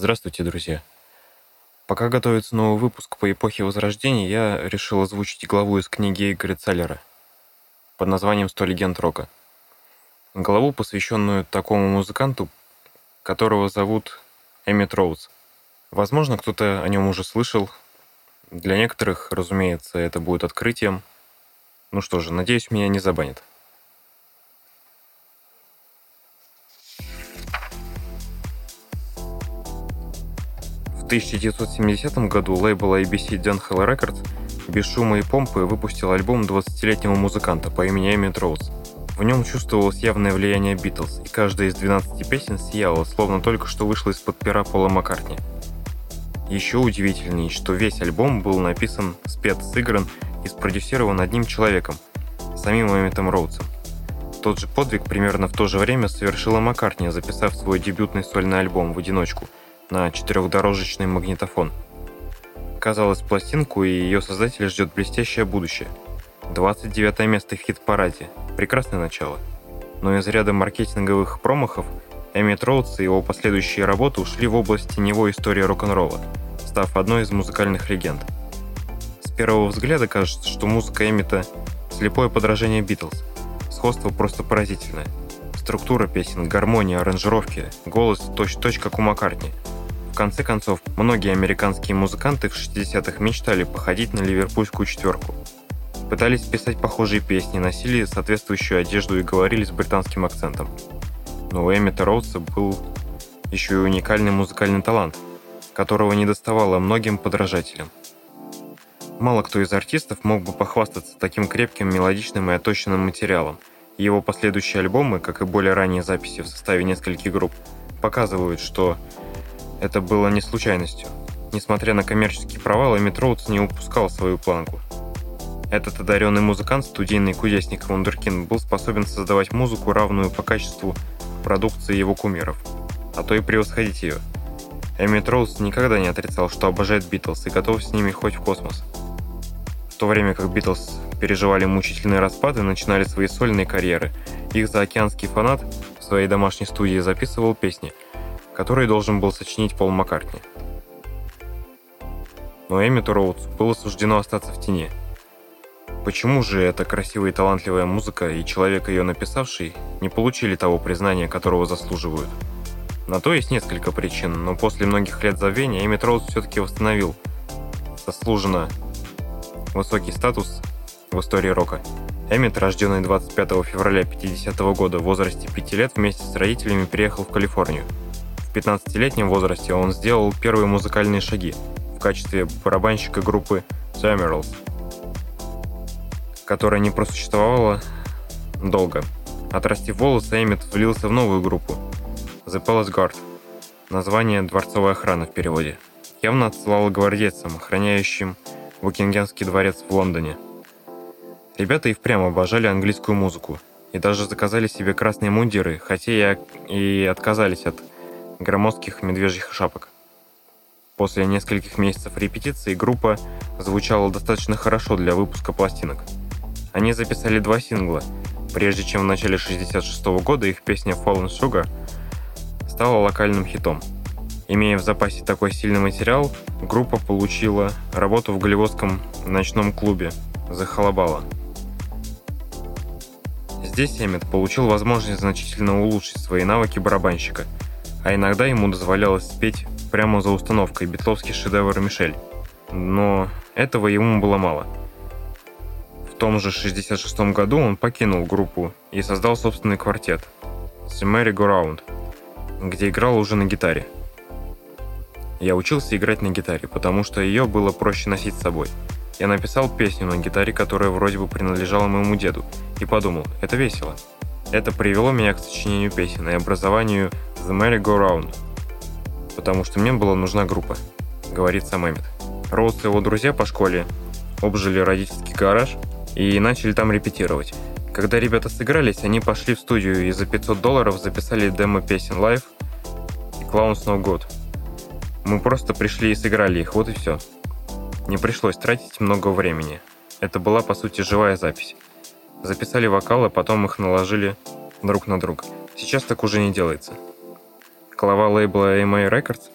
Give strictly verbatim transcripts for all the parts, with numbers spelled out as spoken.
Здравствуйте, друзья. Пока готовится новый выпуск по эпохе Возрождения, я решил озвучить главу из книги Игоря Цаллера под названием «сто легенд рока». Главу, посвященную такому музыканту, которого зовут Эммет Роудс. Возможно, кто-то о нем уже слышал. Для некоторых, разумеется, это будет открытием. Ну что же, надеюсь, меня не забанят. В тысяча девятьсот семидесятом году лейбл эй би си Dunhill Records без шума и помпы выпустил альбом двадцатилетнего музыканта по имени Эммет Роудс. В нем чувствовалось явное влияние Битлз, и каждая из двенадцати песен сияла, словно только что вышла из-под пера Пола Маккартни. Еще удивительнее, что весь альбом был написан, спет, сыгран и спродюсирован одним человеком, самим Эмметом Роудсом. Тот же подвиг примерно в то же время совершила Маккартни, записав свой дебютный сольный альбом в одиночку на четырехдорожечный магнитофон. Казалось, пластинку и ее создателя ждет блестящее будущее. двадцать девятое место в хит-параде. Прекрасное начало. Но из ряда маркетинговых промахов Эммет Роудс и его последующие работы ушли в область теневой истории рок-н-ролла, став одной из музыкальных легенд. С первого взгляда кажется, что музыка Эммета – слепое подражение Битлз. Сходство просто поразительное. Структура песен, гармония, аранжировки, голос точь-в-точь как у Маккартни. В конце концов, многие американские музыканты в шестидесятых мечтали походить на ливерпульскую четверку. Пытались писать похожие песни, носили соответствующую одежду и говорили с британским акцентом. Но у Эммета Роудса был еще и уникальный музыкальный талант, которого не доставало многим подражателям. Мало кто из артистов мог бы похвастаться таким крепким, мелодичным и отточенным материалом. И его последующие альбомы, как и более ранние записи в составе нескольких групп, показывают, что это было не случайностью. Несмотря на коммерческий провал, Эммет Роудс не упускал свою планку. Этот одаренный музыкант, студийный кудесник вундеркинд, был способен создавать музыку, равную по качеству продукции его кумиров, а то и превосходить ее. Эммет Роудс никогда не отрицал, что обожает Битлз и готов с ними хоть в космос. В то время как Битлз переживали мучительные распады и начинали свои сольные карьеры, их заокеанский фанат в своей домашней студии записывал песни, которые должен был сочинить Пол Маккартни. Но Эммету Роудсу было суждено остаться в тени. Почему же эта красивая и талантливая музыка и человек, ее написавший, не получили того признания, которого заслуживают? На то есть несколько причин, но после многих лет забвения Эммет Роудс все-таки восстановил заслуженно высокий статус в истории рока. Эммет, рожденный двадцать пятого февраля пятидесятого года в возрасте пяти лет, вместе с родителями переехал в Калифорнию. В пятнадцатилетнем возрасте он сделал первые музыкальные шаги в качестве барабанщика группы The Emeralds, которая не просуществовала долго. Отрастив волосы, Эммет влился в новую группу The Palace Guard, название «Дворцовая охрана» в переводе, явно отсылало гвардейцам, охраняющим Букингемский дворец в Лондоне. Ребята и впрямь обожали английскую музыку и даже заказали себе красные мундиры, хотя и отказались от громоздких медвежьих шапок. После нескольких месяцев репетиций группа звучала достаточно хорошо для выпуска пластинок. Они записали два сингла, прежде чем в начале шестьдесят шестого года их песня «Fallen Sugar» стала локальным хитом. Имея в запасе такой сильный материал, группа получила работу в голливудском ночном клубе «The Hullabaloo». Здесь Эммет получил возможность значительно улучшить свои навыки барабанщика, а иногда ему дозволялось спеть прямо за установкой битловский шедевр «Мишель». Но этого ему было мало. В том же шестьдесят шестом году он покинул группу и создал собственный квартет «The Merry-Go-Round», где играл уже на гитаре. Я учился играть на гитаре, потому что ее было проще носить с собой. Я написал песню на гитаре, которая вроде бы принадлежала моему деду, и подумал, это весело. Это привело меня к сочинению песен и образованию The Merry-Go-Round, потому что мне была нужна группа, говорит сам Эммет. Роудс и его друзья по школе обжили родительский гараж и начали там репетировать. Когда ребята сыгрались, они пошли в студию и за пятьсот долларов записали демо песен Live и Clowns No Good. Мы просто пришли и сыграли их, вот и все. Не пришлось тратить много времени. Это была, по сути, живая запись. Записали вокалы, потом их наложили друг на друга. Сейчас так уже не делается. Глава лейбла эй эм эй Records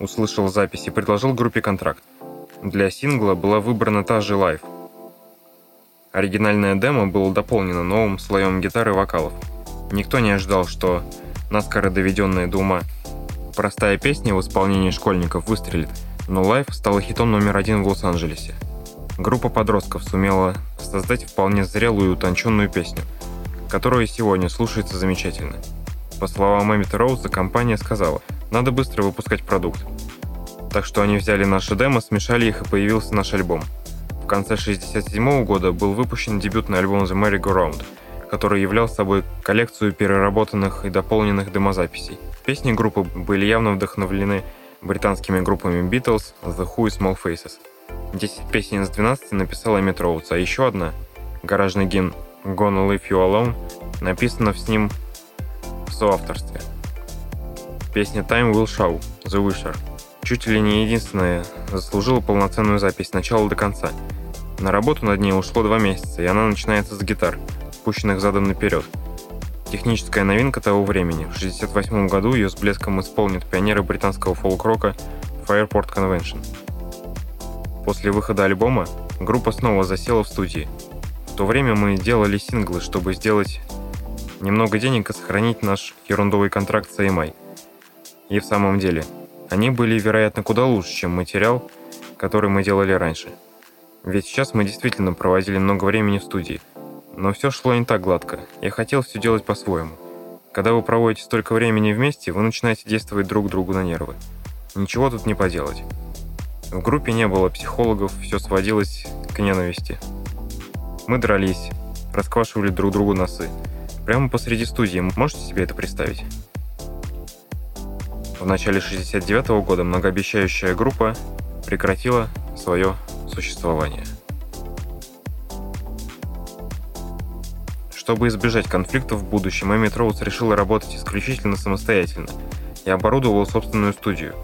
услышал запись и предложил группе контракт. Для сингла была выбрана та же «Live». Оригинальное демо было дополнено новым слоем гитары и вокалов. Никто не ожидал, что наскоро доведенная до ума простая песня в исполнении школьников выстрелит, но «Live» стала хитом номер один в Лос-Анджелесе. Группа подростков сумела создать вполне зрелую и утонченную песню, которая сегодня слушается замечательно. По словам Эммета Роуза, компания сказала: «Надо быстро выпускать продукт». Так что они взяли наши демо, смешали их, и появился наш альбом. В конце шестьдесят седьмого года был выпущен дебютный альбом The Merry-Go-Round, который являл собой коллекцию переработанных и дополненных демозаписей. Песни группы были явно вдохновлены британскими группами Beatles, The Who и Small Faces. десять песен из двенадцати написал Эммет Роуз, а еще одна, гаражный гимн Gonna Leave You Alone, написана с ним в соавторстве. Песня Time Will Show, The Wisher, чуть ли не единственная, заслужила полноценную запись с начала до конца. На работу над ней ушло два месяца, и она начинается с гитар, пущенных задом наперед. Техническая новинка того времени. В шестьдесят восьмом году ее с блеском исполнят пионеры британского фолк-рока Fairport Convention. После выхода альбома группа снова засела в студии. В то время мы делали синглы, чтобы сделать немного денег и сохранить наш ерундовый контракт с эй эм ай. И в самом деле, они были, вероятно, куда лучше, чем материал, который мы делали раньше. Ведь сейчас мы действительно проводили много времени в студии. Но все шло не так гладко. Я хотел все делать по-своему. Когда вы проводите столько времени вместе, вы начинаете действовать друг другу на нервы. Ничего тут не поделать. В группе не было психологов, все сводилось к ненависти. Мы дрались, расквашивали друг другу носы. Прямо посреди студии, можете себе это представить? В начале шестьдесят девятого года многообещающая группа прекратила свое существование. Чтобы избежать конфликтов в будущем, Эммет Роуз решил работать исключительно самостоятельно и оборудовал собственную студию.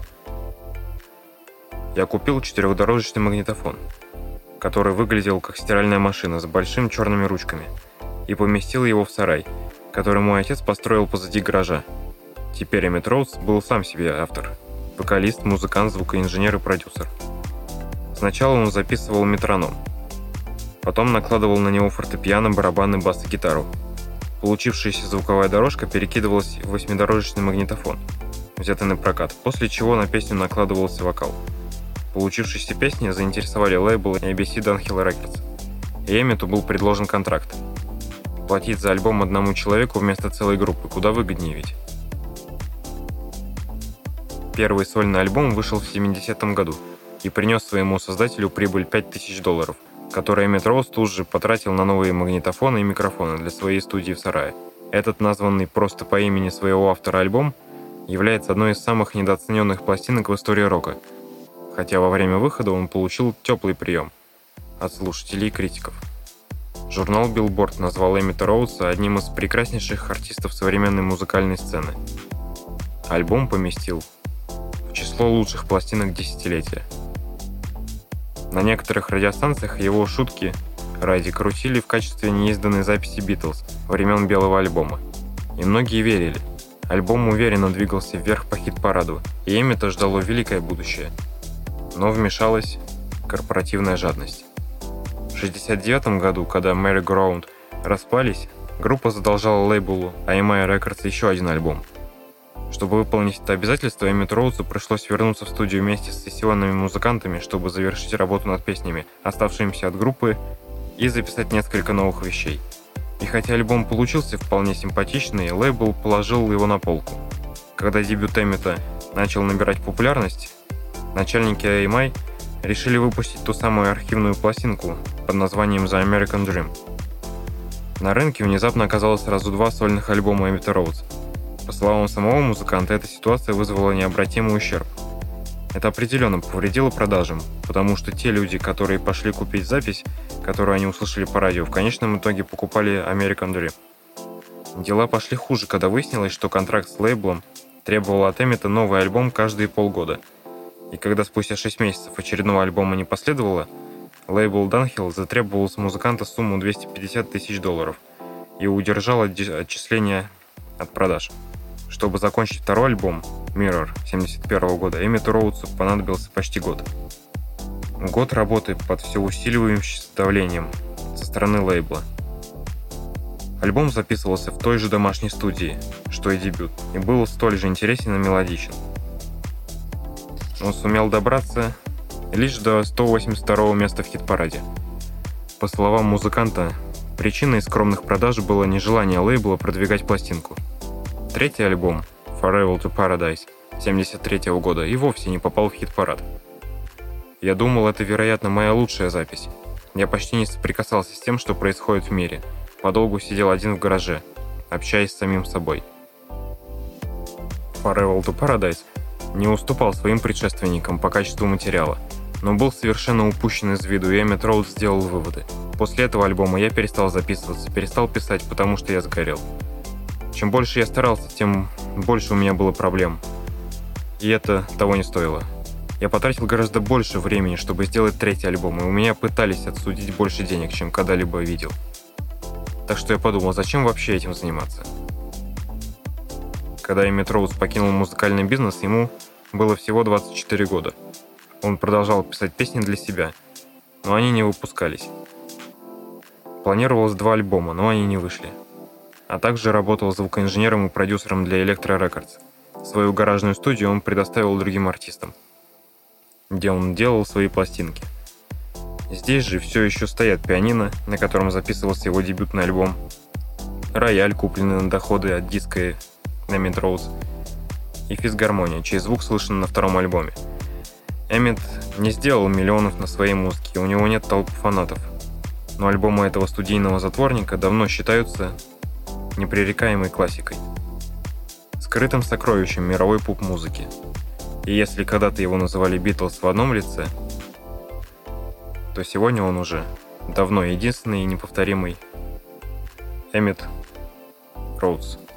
Я купил четырехдорожечный магнитофон, который выглядел как стиральная машина с большими черными ручками, и поместил его в сарай, который мой отец построил позади гаража. Теперь Эммет Роуз был сам себе автор, вокалист, музыкант, звукоинженер и продюсер. Сначала он записывал метроном, потом накладывал на него фортепиано, барабаны, бас и гитару. Получившаяся звуковая дорожка перекидывалась в восьмидорожечный магнитофон, взятый на прокат, после чего на песню накладывался вокал. Получившиеся песни заинтересовали лейбл эй би си Dunhill Records, и Эммету был предложен контракт. Платить за альбом одному человеку вместо целой группы куда выгоднее ведь. Первый сольный альбом вышел в семидесятом году и принес своему создателю прибыль пять тысяч долларов, которые Эммет Роуз тут же потратил на новые магнитофоны и микрофоны для своей студии в сарае. Этот, названный просто по имени своего автора альбом, является одной из самых недооцененных пластинок в истории рока, хотя во время выхода он получил теплый прием от слушателей и критиков. Журнал Billboard назвал Эммета Роуза одним из прекраснейших артистов современной музыкальной сцены. Альбом поместил в число лучших пластинок десятилетия. На некоторых радиостанциях его шутки ради крутили в качестве неизданной записи Beatles времен Белого альбома. И многие верили. Альбом уверенно двигался вверх по хит-параду, и Эммета ждало великое будущее. Но вмешалась корпоративная жадность. В шестьдесят девятом году, когда Merry-Go-Round распались, группа задолжала лейблу эй эм ай Records еще один альбом. Чтобы выполнить это обязательство, Эммету Роузу пришлось вернуться в студию вместе с сессионными музыкантами, чтобы завершить работу над песнями, оставшимися от группы, и записать несколько новых вещей. И хотя альбом получился вполне симпатичный, лейбл положил его на полку. Когда дебют Эммета начал набирать популярность, начальники эй эм ай решили выпустить ту самую архивную пластинку под названием The American Dream. На рынке внезапно оказалось сразу два сольных альбома Эммета Роуза. По словам самого музыканта, эта ситуация вызвала необратимый ущерб. Это определенно повредило продажам, потому что те люди, которые пошли купить запись, которую они услышали по радио, в конечном итоге покупали American Dream. Дела пошли хуже, когда выяснилось, что контракт с лейблом требовал от Эммета новый альбом каждые полгода. И когда спустя шесть месяцев очередного альбома не последовало, лейбл Dunhill затребовал с музыканта сумму двести пятьдесят тысяч долларов и удержал отчисления от продаж. Чтобы закончить второй альбом Mirror семьдесят первого года, Эммету Роудсу понадобился почти год. Год работы под все усиливающимся давлением со стороны лейбла. Альбом записывался в той же домашней студии, что и дебют, и был столь же интересен и мелодичен. Он сумел добраться лишь до сто восемьдесят второго места в хит-параде. По словам музыканта, причиной скромных продаж было нежелание лейбла продвигать пластинку. Третий альбом Farewell to Paradise семьдесят третьего года и вовсе не попал в хит-парад. Я думал, это, вероятно, моя лучшая запись. Я почти не соприкасался с тем, что происходит в мире. Подолгу сидел один в гараже, общаясь с самим собой. Farewell to Paradise не уступал своим предшественникам по качеству материала, но был совершенно упущен из виду, и Эммет Роудс сделал выводы. После этого альбома я перестал записываться, перестал писать, потому что я сгорел. Чем больше я старался, тем больше у меня было проблем. И это того не стоило. Я потратил гораздо больше времени, чтобы сделать третий альбом, и у меня пытались отсудить больше денег, чем когда-либо видел. Так что я подумал, зачем вообще этим заниматься? Когда Эммет Роудс покинул музыкальный бизнес, ему было всего двадцать четыре года. Он продолжал писать песни для себя, но они не выпускались. Планировалось два альбома, но они не вышли. А также работал звукоинженером и продюсером для Elektra Records. Свою гаражную студию он предоставил другим артистам, где он делал свои пластинки. Здесь же все еще стоят пианино, на котором записывался его дебютный альбом, рояль, купленный на доходы от диска Эммет Роудс, и физгармония, чей звук слышен на втором альбоме. Эммет не сделал миллионов на своей музыке, у него нет толпы фанатов, но альбомы этого студийного затворника давно считаются непререкаемой классикой, скрытым сокровищем мировой поп-музыки. И если когда-то его называли Битлз в одном лице, то сегодня он уже давно единственный и неповторимый Эммет Роудс.